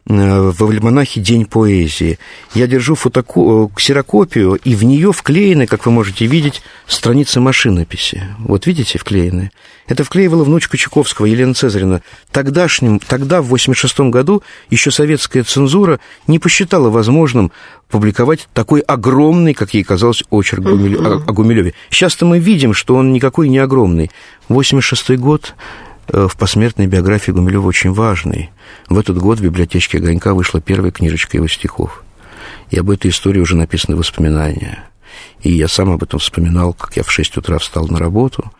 в альманахе «День поэзии». Я держу ксерокопию, и в нее вклеены, как вы можете видеть, страницы машинописи. Вот видите, вклеены. Это вклеивала внучка Чуковского, Елена Цезаревна. Тогда, в 1986 году, еще советская цензура не посчитала возможным публиковать такой огромный, как ей казалось, очерк о Гумилеве. Сейчас-то мы видим, что он никакой не огромный. 1986 год в посмертной биографии Гумилева очень важный. В этот год в библиотечке «Огонька» вышла первая книжечка его стихов. И об этой истории уже написаны воспоминания. И я сам об этом вспоминал, как я в 6 утра встал на работу.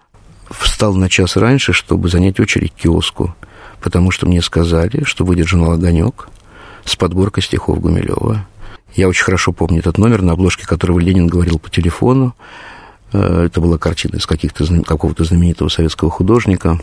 Встал на час раньше, чтобы занять очередь к киоску, потому что мне сказали, что выйдет журнал «Огонек» с подборкой стихов Гумилева. Я очень хорошо помню этот номер, на обложке которого Ленин говорил по телефону. Это была картина из какого-то знаменитого советского художника.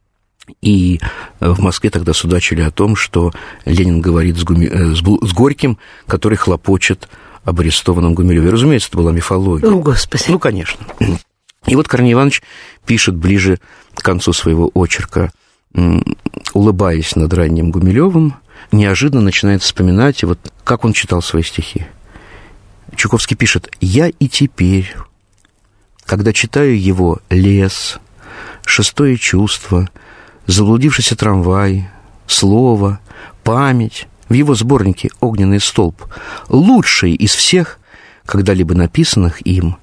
И в Москве тогда судачили о том, что Ленин говорит с Горьким, который хлопочет об арестованном Гумилеве. Разумеется, это была мифология. О, Господи. Ну, конечно. И вот Корней Иванович пишет ближе к концу своего очерка, улыбаясь над ранним Гумилевым, неожиданно начинает вспоминать, вот как он читал свои стихи. Чуковский пишет: «Я и теперь, когда читаю его «Лес», «Шестое чувство», «Заблудившийся трамвай», «Слово», «Память», в его сборнике «Огненный столб», лучший из всех, когда-либо написанных им,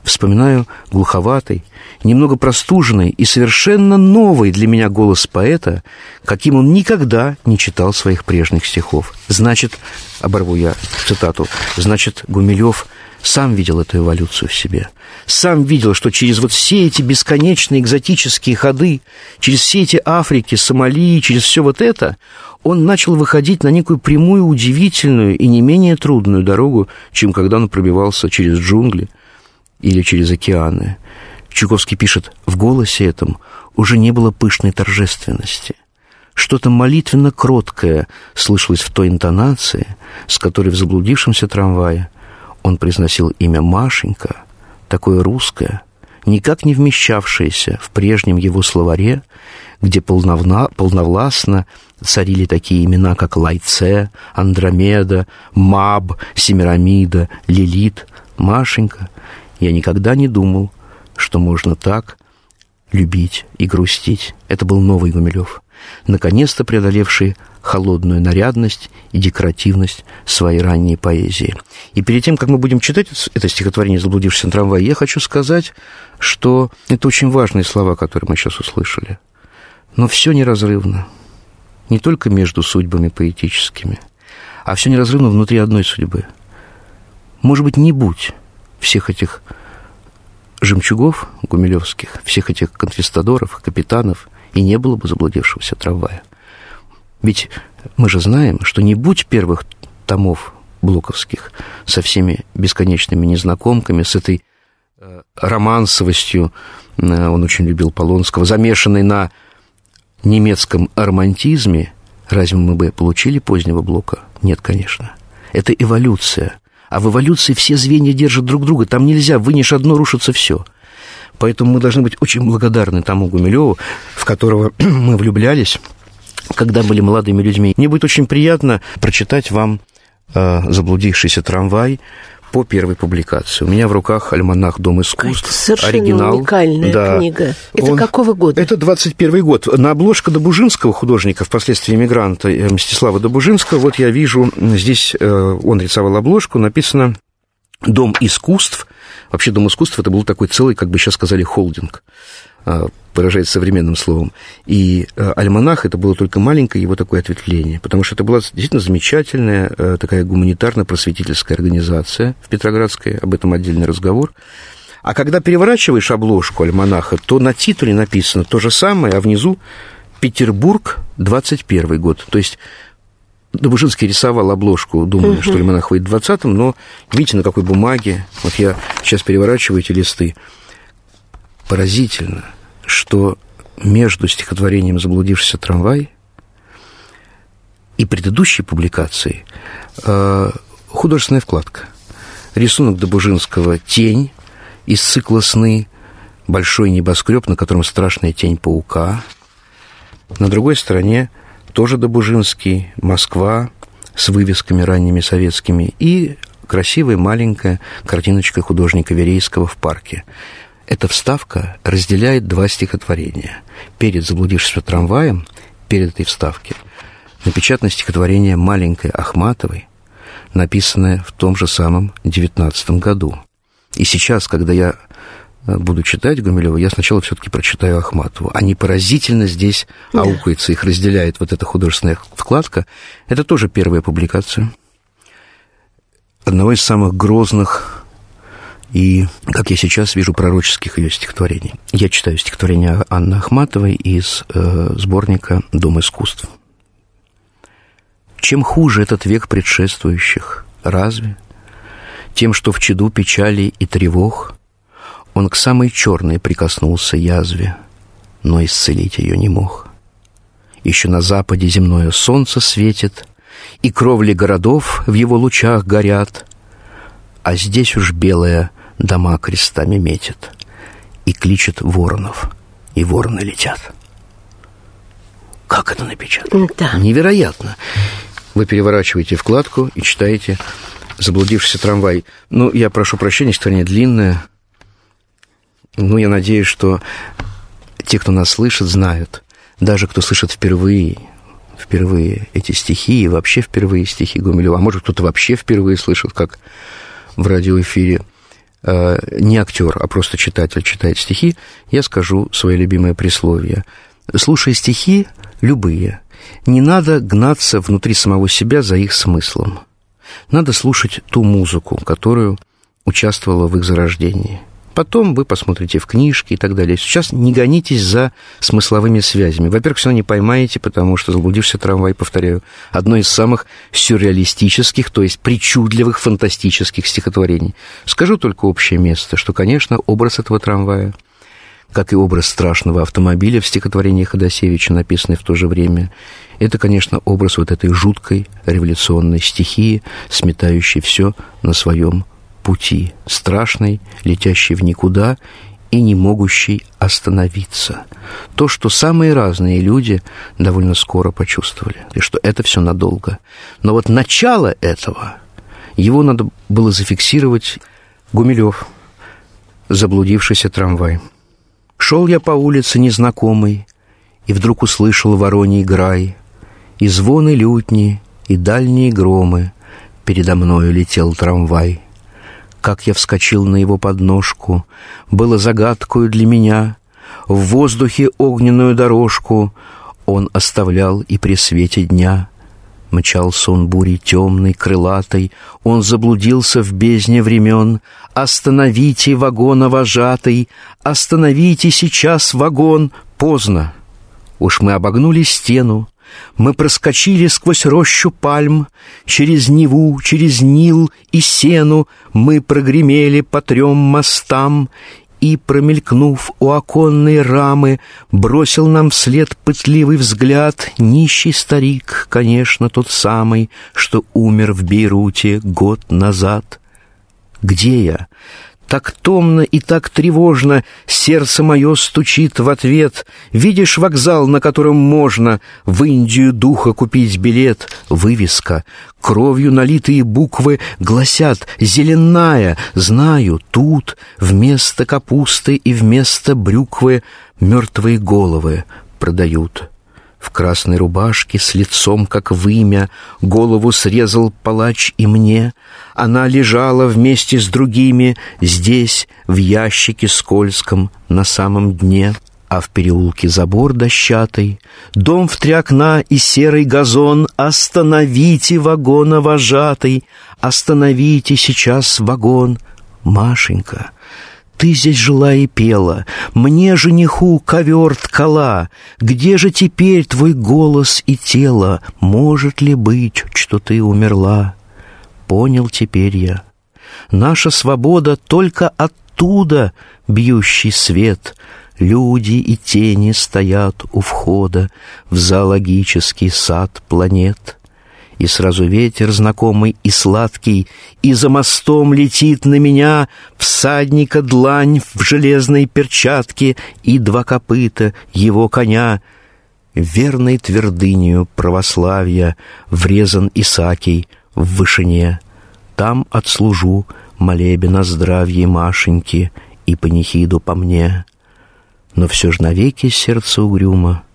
вспоминаю глуховатый, немного простуженный и совершенно новый для меня голос поэта, каким он никогда не читал своих прежних стихов. Значит, оборву я цитату, значит, Гумилев сам видел эту эволюцию в себе. Сам видел, что через вот все эти бесконечные экзотические ходы, через все эти Африки, Сомали, через все вот это, он начал выходить на некую прямую, удивительную и не менее трудную дорогу, чем когда он пробивался через джунгли или через океаны. Чуковский пишет, в голосе этом уже не было пышной торжественности. Что-то молитвенно-кроткое слышалось в той интонации, с которой в заблудившемся трамвае он произносил имя Машенька, такое русское, никак не вмещавшееся в прежнем его словаре, где полновластно царили такие имена, как Лайце, Андромеда, Маб, Семирамида, Лилит, Машенька. Я никогда не думал, что можно так любить и грустить. Это был новый Гумилев, наконец-то преодолевший холодную нарядность и декоративность своей ранней поэзии. И перед тем, как мы будем читать это стихотворение «Заблудившийся трамвай», я хочу сказать, что это очень важные слова, которые мы сейчас услышали. Но все неразрывно. Не только между судьбами поэтическими, а все неразрывно внутри одной судьбы. Может быть, не будь всех этих жемчугов гумилевских, всех этих конквистадоров, капитанов, и не было бы заблудившегося трамвая. Ведь мы же знаем, что не будь первых томов блоковских со всеми бесконечными незнакомками, с этой романсовостью, он очень любил Полонского, замешанной на немецком романтизме, разве мы бы получили позднего Блока? Нет, конечно. Это эволюция. А в эволюции все звенья держат друг друга. Там нельзя, вынешь одно, рушится все. Поэтому мы должны быть очень благодарны тому Гумилеву, в которого мы влюблялись, когда были молодыми людьми. Мне будет очень приятно прочитать вам «Заблудившийся трамвай» по первой публикации. У меня в руках альманах «Дом искусств». Это совершенно оригинал. уникальная книга. Это какого года? Это 21 год. На обложке Добужинского, художника, впоследствии эмигранта Мстислава Добужинского, вот я вижу, здесь он рисовал обложку, написано «Дом искусств». Вообще, Дом искусств – это был такой целый, как бы сейчас сказали, холдинг, выражаясь современным словом. И альманах – это было только маленькое его такое ответвление, потому что это была действительно замечательная такая гуманитарно-просветительская организация в Петроградской, об этом отдельный разговор. А когда переворачиваешь обложку альманаха, то на титуле написано то же самое, а внизу «Петербург, 21 год». То есть Добужинский рисовал обложку, думаю, что альманах выйдет в 20-м, но видите, на какой бумаге, вот я сейчас переворачиваю эти листы, поразительно, что между стихотворением «Заблудившийся трамвай» и предыдущей публикацией художественная вкладка. Рисунок Добужинского «Тень» из цикла «Сны», большой небоскреб, на котором страшная тень паука. На другой стороне тоже Добужинский, Москва с вывесками ранними советскими и красивая маленькая картиночка художника Верейского в парке. Эта вставка разделяет два стихотворения. Перед «Заблудившимся трамваем», перед этой вставки, напечатано стихотворение маленькой Ахматовой, написанное в том же самом 19 году. И сейчас, когда я буду читать Гумилева, я сначала все-таки прочитаю Ахматову. Они поразительно здесь аукаются, их разделяет вот эта художественная вкладка. Это тоже первая публикация одного из самых грозных и, как я сейчас вижу, пророческих ее стихотворений. Я читаю стихотворение Анны Ахматовой из сборника «Дом искусств». Чем хуже этот век предшествующих, разве? Тем, что в чаду печали и тревог он к самой черной прикоснулся язве, но исцелить ее не мог. Еще на западе земное солнце светит, и кровли городов в его лучах горят, а здесь уж белые дома крестами метит и кличет воронов, и вороны летят. Как это напечатано? Да. Невероятно. Вы переворачиваете вкладку и читаете «Заблудившийся трамвай». Ну, я прошу прощения, стихотворение длинное. Ну, я надеюсь, что те, кто нас слышит, знают. Даже кто слышит впервые эти стихи, и вообще впервые стихи Гумилева, а может, кто-то вообще впервые слышит, как в радиоэфире не актер, а просто читатель читает стихи, я скажу свое любимое присловие. Слушая стихи, любые, не надо гнаться внутри самого себя за их смыслом. Надо слушать ту музыку, которую участвовала в их зарождении. Потом вы посмотрите в книжки и так далее. Сейчас не гонитесь за смысловыми связями. Во-первых, все равно не поймаете, потому что «Заблудившийся трамвай», повторяю, одно из самых сюрреалистических, то есть причудливых, фантастических стихотворений. Скажу только общее место, что, конечно, образ этого трамвая, как и образ страшного автомобиля в стихотворении Ходосевича, написанный в то же время, это, конечно, образ вот этой жуткой революционной стихии, сметающей все на своем пути, страшной, летящей в никуда и не могущей остановиться. То, что самые разные люди довольно скоро почувствовали, и что это все надолго. Но вот начало этого, его надо было зафиксировать. Гумилев, «Заблудившийся трамвай». Шел я по улице незнакомой, и вдруг услышал вороний грай, и звоны лютни, и дальние громы, передо мною летел трамвай. Как я вскочил на его подножку, было загадкою для меня. В воздухе огненную дорожку он оставлял и при свете дня. Мчался он бурей темной, крылатой, он заблудился в бездне времен. Остановите, вагоновожатый, остановите сейчас вагон. Поздно. Уж мы обогнули стену, мы проскочили сквозь рощу пальм, через Неву, через Нил и Сену мы прогремели по 3 мостам, и, промелькнув у оконной рамы, бросил нам вслед пытливый взгляд нищий старик, конечно, тот самый, что умер в Бейруте год назад. Где я? Так томно и так тревожно сердце мое стучит в ответ. Видишь вокзал, на котором можно в Индию духа купить билет? Вывеска, кровью налитые буквы гласят «Зеленая». Знаю, тут вместо капусты и вместо брюквы мертвые головы продают. В красной рубашке с лицом, как вымя, голову срезал палач и мне. Она лежала вместе с другими здесь, в ящике скользком, на самом дне. А в переулке забор дощатый, дом в 3 окна и серый газон. Остановите, вагоновожатый, остановите сейчас вагон. Машенька, ты здесь жила и пела, мне, жениху, ковер ткала. Где же теперь твой голос и тело? Может ли быть, что ты умерла? Понял теперь я. Наша свобода только оттуда, бьющий свет. Люди и тени стоят у входа в зоологический сад планет. И сразу ветер знакомый и сладкий, и за мостом летит на меня всадника длань в железной перчатке и 2 копыта его коня. Верной твердынью православия врезан Исакий в вышине. Там отслужу молебен о здравье Машеньки и панихиду по мне. Но все ж навеки сердце угрюмо,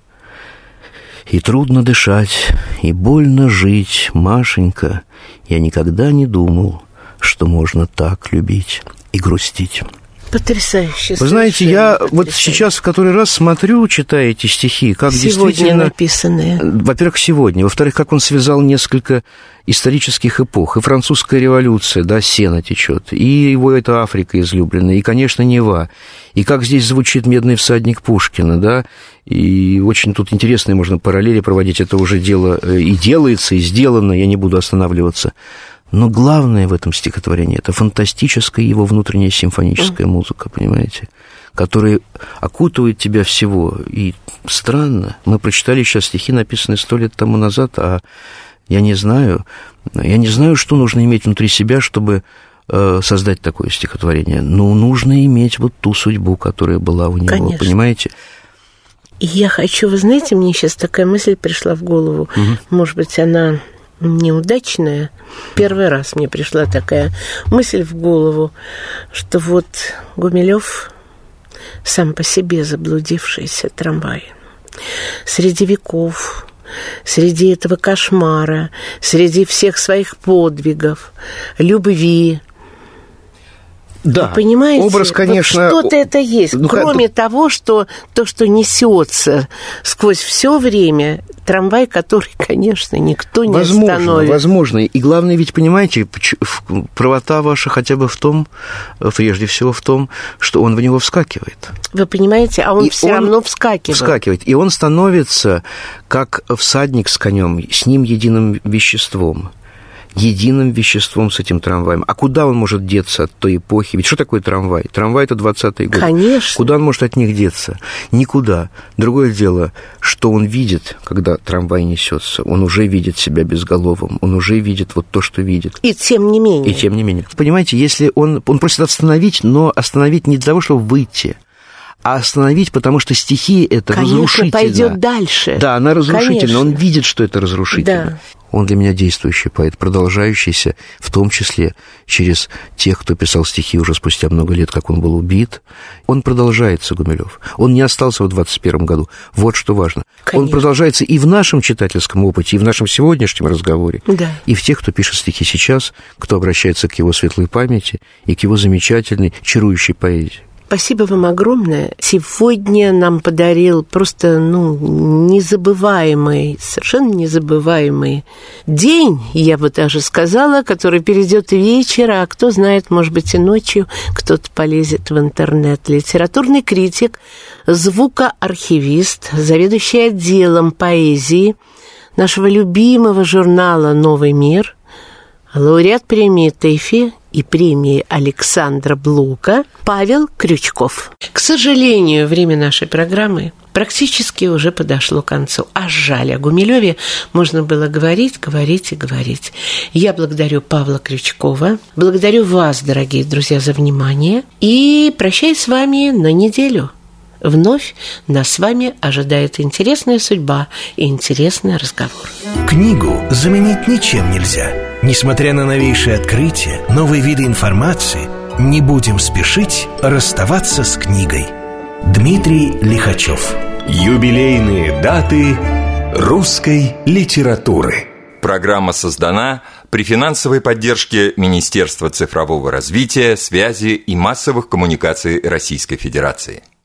и трудно дышать, и больно жить, Машенька. Я никогда не думал, что можно так любить и грустить. Потрясающе. Вы знаете, я вот сейчас в который раз смотрю, читая эти стихи, как сегодня действительно написанные. Во-первых, сегодня. Во-вторых, как он связал несколько исторических эпох. И французская революция, да, сено течет, и его это Африка излюбленная, и, конечно, Нева. И как здесь звучит «Медный всадник» Пушкина, да, и очень тут интересные можно параллели проводить. Это уже дело и делается, и сделано, я не буду останавливаться. Но главное в этом стихотворении – это фантастическая его внутренняя симфоническая музыка, понимаете, которая окутывает тебя всего. И странно, мы прочитали сейчас стихи, написанные 100 лет тому назад, а я не знаю, что нужно иметь внутри себя, чтобы создать такое стихотворение. Но нужно иметь вот ту судьбу, которая была у него, конечно. Понимаете? И я хочу, вы знаете, мне сейчас такая мысль пришла в голову, может быть, она неудачная. Первый раз мне пришла такая мысль в голову, что вот Гумилев сам по себе заблудившийся трамвай. Среди веков, среди этого кошмара, среди всех своих подвигов, любви, Да, вы понимаете, образ, конечно... Вот что-то это есть, кроме того, что то, что несется сквозь все время, трамвай, который, конечно, никто не остановит. Возможно. И главное, ведь, понимаете, правота ваша хотя бы в том, прежде всего в том, что он в него вскакивает. Вы понимаете, а он все равно вскакивает. Вскакивает, и он становится как всадник с конем, с ним единым веществом с этим трамваем. А куда он может деться от той эпохи? Ведь что такое трамвай? Трамвай – это 20-е годы. Конечно. Куда он может от них деться? Никуда. Другое дело, что он видит, когда трамвай несется. Он уже видит себя безголовым, он уже видит вот то, что видит. И тем не менее. Понимаете, если он просит остановить, но остановить не для того, чтобы выйти, а остановить, потому что стихия это разрушительно. Конечно, пойдет дальше. Да, она разрушительна, конечно. Он видит, что это разрушительно. Да. Он для меня действующий поэт, продолжающийся, в том числе через тех, кто писал стихи уже спустя много лет, как он был убит. Он продолжается, Гумилёв. Он не остался в 21 году. Вот что важно. Конечно. Он продолжается и в нашем читательском опыте, и в нашем сегодняшнем разговоре, да. И в тех, кто пишет стихи сейчас, кто обращается к его светлой памяти и к его замечательной, чарующей поэзии. Спасибо вам огромное. Сегодня нам подарил просто, незабываемый, совершенно незабываемый день, я бы даже сказала, который перейдет вечер, а кто знает, может быть, и ночью кто-то полезет в интернет. Литературный критик, звукоархивист, заведующий отделом поэзии нашего любимого журнала «Новый мир», лауреат премии ТЭФИ и премии Александра Блока Павел Крючков. К сожалению, время нашей программы практически уже подошло к концу. А жаль, о Гумилёве можно было говорить. Я благодарю Павла Крючкова, благодарю вас, дорогие друзья, за внимание и прощаюсь с вами на неделю. Вновь нас с вами ожидает интересная судьба и интересный разговор. Книгу заменить ничем нельзя. Несмотря на новейшие открытия, новые виды информации, не будем спешить расставаться с книгой. Дмитрий Лихачев. Юбилейные даты русской литературы. Программа создана при финансовой поддержке Министерства цифрового развития, связи и массовых коммуникаций Российской Федерации.